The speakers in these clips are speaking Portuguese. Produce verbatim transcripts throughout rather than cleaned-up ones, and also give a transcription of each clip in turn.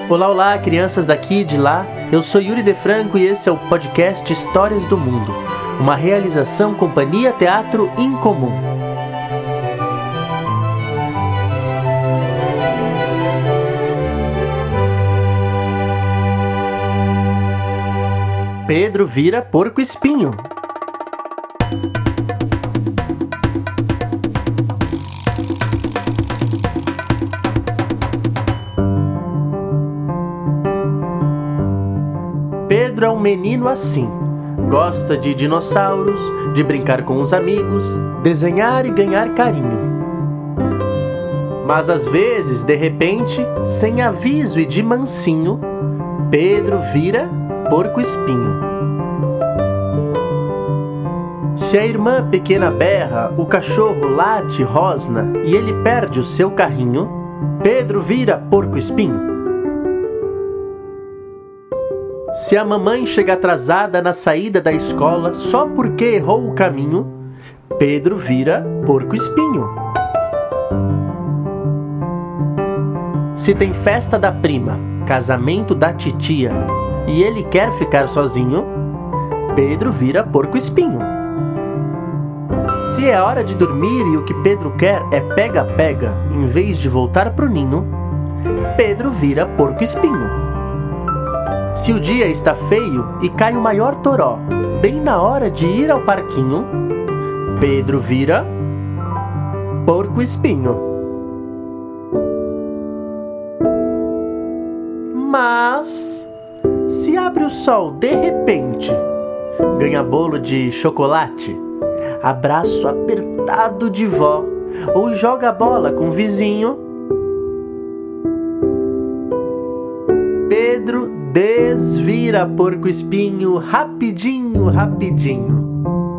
Olá, olá, crianças daqui e de lá. Eu sou Yuri De Franco e esse é o podcast Histórias do Mundo, uma realização Companhia Teatro Incomum. Pedro vira porco-espinho. Pedro é um menino assim. Gosta de dinossauros, de brincar com os amigos, desenhar e ganhar carinho. Mas às vezes, de repente, sem aviso e de mansinho, Pedro vira porco-espinho. Se a irmã pequena berra, o cachorro late, rosna e ele perde o seu carrinho, Pedro vira porco-espinho. Se a mamãe chega atrasada na saída da escola só porque errou o caminho, Pedro vira porco-espinho. Se tem festa da prima, casamento da titia e ele quer ficar sozinho, Pedro vira porco-espinho. Se é hora de dormir e o que Pedro quer é pega-pega em vez de voltar pro ninho, Pedro vira porco-espinho. Se o dia está feio e cai o maior toró, bem na hora de ir ao parquinho, Pedro vira porco-espinho. Mas, se abre o sol de repente, ganha bolo de chocolate, abraço apertado de vó ou joga bola com o vizinho, Pedro desvira porco-espinho rapidinho, rapidinho.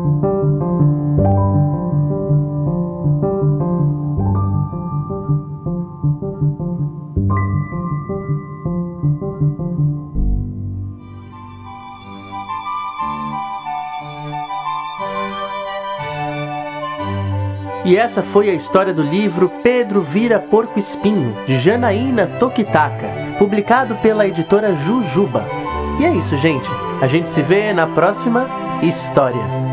E essa foi a história do livro Pedro Vira Porco-Espinho, de Janaína Tokitaka, publicado pela editora Jujuba. E é isso, gente. A gente se vê na próxima história.